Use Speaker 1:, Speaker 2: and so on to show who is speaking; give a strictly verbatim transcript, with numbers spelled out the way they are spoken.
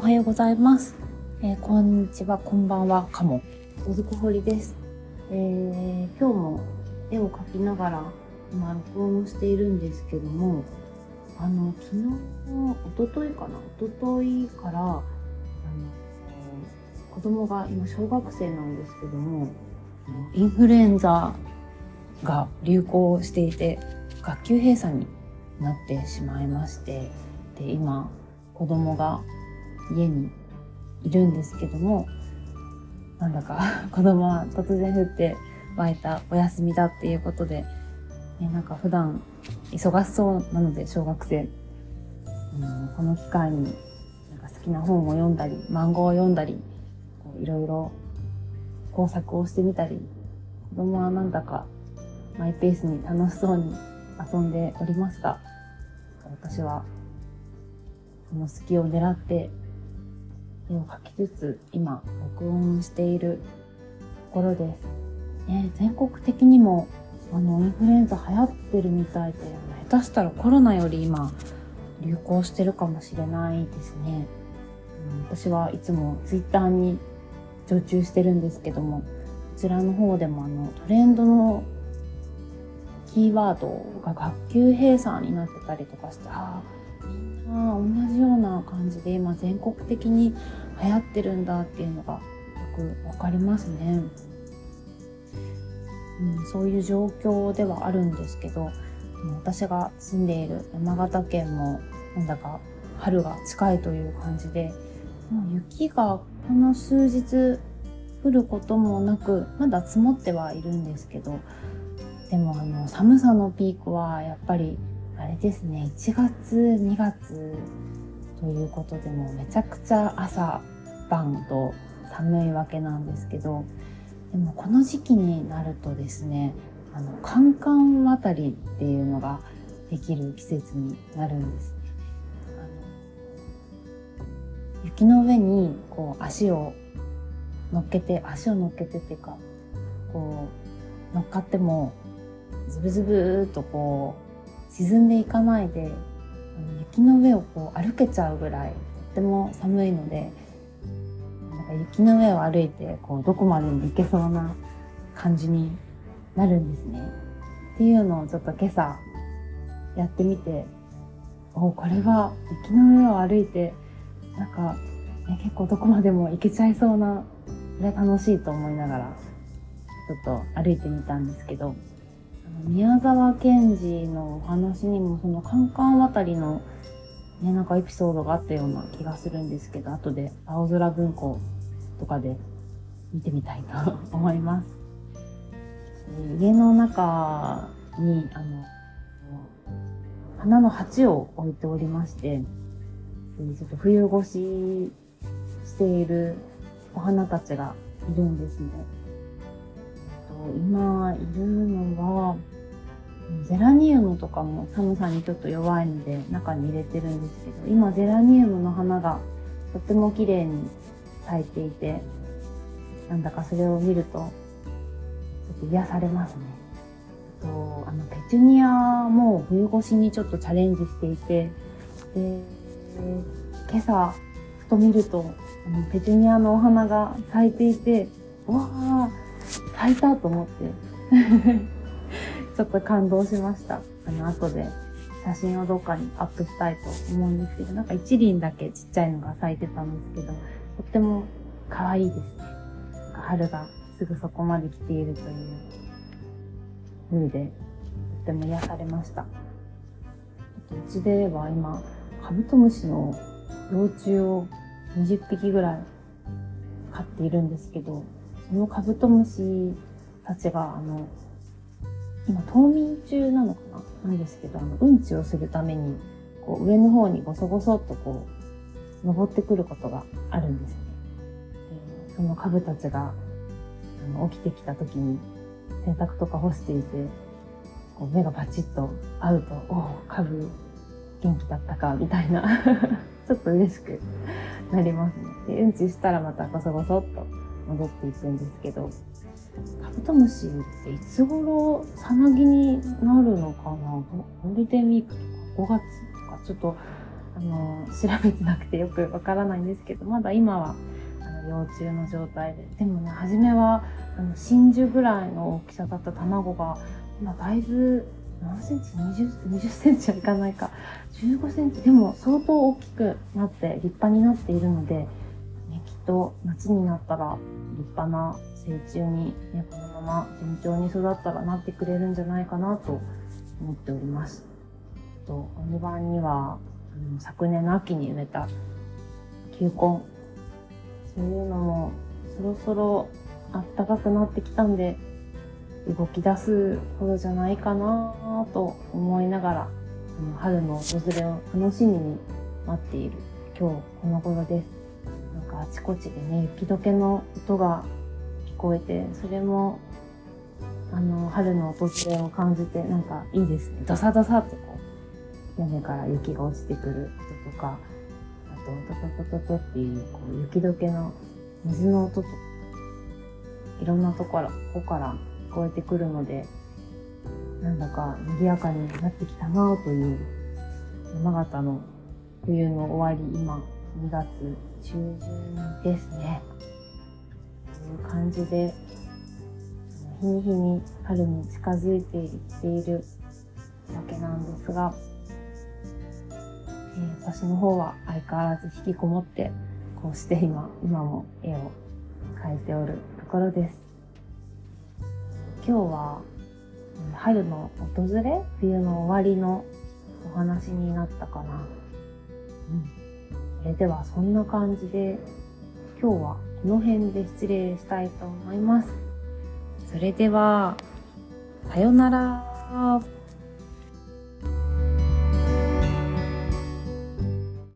Speaker 1: はようございます。えー、こんにちは、こんばんは、かも。おずこほりです。えー、今日も絵を描きながら今録音をしているんですけども、あの昨日、一昨日かな、一昨日からあの子供が今小学生なんですけども、インフルエンザが流行していて学級閉鎖になってしまいまして、で今子供が家にいるんですけども、なんだか子供は突然降って湧いたお休みだっていうことで、ね、なんか普段忙しそうなので小学生、うん、この機会になんか好きな本を読んだり漫画を読んだり、こういろいろ工作をしてみたり、子供はなんだかマイペースに楽しそうに遊んでおりました。私はその隙を狙って絵を描きつつ今録音しているところです、ね、全国的にもあのインフルエンザ流行ってるみたいで、下手したらコロナより今流行してるかもしれないですね、うん、私はいつもツイッターに常駐してるんですけども、こちらの方でもあのトレンドのキーワードが学級閉鎖になってたりとかして、あみんな同じような感じで今全国的に流行ってるんだっていうのがよくわかりますね、うん、そういう状況ではあるんですけど、私が住んでいる山形県もなんだか春が近いという感じで、もう雪がこの数日降ることもなくまだ積もってはいるんですけど、でもあの寒さのピークはやっぱりあれですね、いちがつにがつということでもめちゃくちゃ朝晩と寒いわけなんですけど、でもこの時期になるとですね、あのカンカン渡りっていうのができる季節になるんですね。あの雪の上にこう足を乗っけて足を乗っけてっていうかこう乗っかってもズブズブーっとこう沈んでいかないで、雪の上をこう歩けちゃうぐらいとっても寒いので、なんか雪の上を歩いてこうどこまでも行けそうな感じになるんですね。っていうのをちょっと今朝やってみて、おこれは雪の上を歩いてなんか、ね、結構どこまでも行けちゃいそうな、これ楽しいと思いながらちょっと歩いてみたんですけど、宮沢賢治のお話にもそのカンカン渡りの、ね、なんかエピソードがあったような気がするんですけど、後で青空文庫とかで見てみたいと思います。家の中にあの花の鉢を置いておりまして、ちょっと冬越ししているお花たちがいるんですね。今いるのはゼラニウムとかも寒さにちょっと弱いので中に入れてるんですけど、今ゼラニウムの花がとっても綺麗に咲いていて、なんだかそれを見るとちょっと癒されますね。あとあのペチュニアも冬越しにちょっとチャレンジしていて、で今朝ふと見るとあのペチュニアのお花が咲いていて、うわー咲いたと思ってちょっと感動しました。あの後で写真をどっかにアップしたいと思うんですけど、なんか一輪だけちっちゃいのが咲いてたんですけど、とっても可愛いですね。春がすぐそこまで来ているという風でとっても癒されました。うちでは今カブトムシの幼虫をにじゅっぴきぐらい飼っているんですけど、そのカブトムシたちがあの今冬眠中なのかななんですけど、あのうんちをするためにこう上の方にゴソゴソっとこう登ってくることがあるんですね。でそのカブたちがあの起きてきた時に洗濯とか干していて、こう目がパチッと合うと、おおカブ元気だったかみたいなちょっと嬉しくなりますね。でうんちしたらまたゴソゴソっと戻っていくんですけど、カブトムシっていつ頃さなぎになるのかな、ゴールデンウィークとかごがつとかちょっとあの調べてなくてよくわからないんですけど、まだ今はあの幼虫の状態で、でもね、初めはあの真珠ぐらいの大きさだった卵が今だいぶ何センチ 20, 20センチはいかないかじゅうごセンチ、でも相当大きくなって立派になっているので、ね、きっと夏になったら立派な成虫に、ね、このまま順調に育ったらなってくれるんじゃないかなと思っております。とお庭にはあの昨年の秋に植えた球根、そういうのもそろそろ暖かくなってきたんで動き出す頃じゃないかなと思いながら、春の訪れを楽しみに待っている今日この頃です。なんかあちこちでね、雪解けの音が聞こえて、それもあの春の訪れを感じてなんかいいですね。ドサドサとこう屋根から雪が落ちてくる音とか、あとトトトトトっていうこう雪解けの水の音とか、いろんなところここから聞こえてくるので、なんだか賑やかになってきたなという山形の冬の終わり、今にがつちゅうじゅんですね。という感じで日に日に春に近づいていっているわけなんですが、えー、私の方は相変わらず引きこもってこうして今今も絵を描いておるところです。今日は春の訪れ、冬の終わりのお話になったかな。うん。それではそんな感じで今日はこの辺で失礼したいと思います。それではさよなら。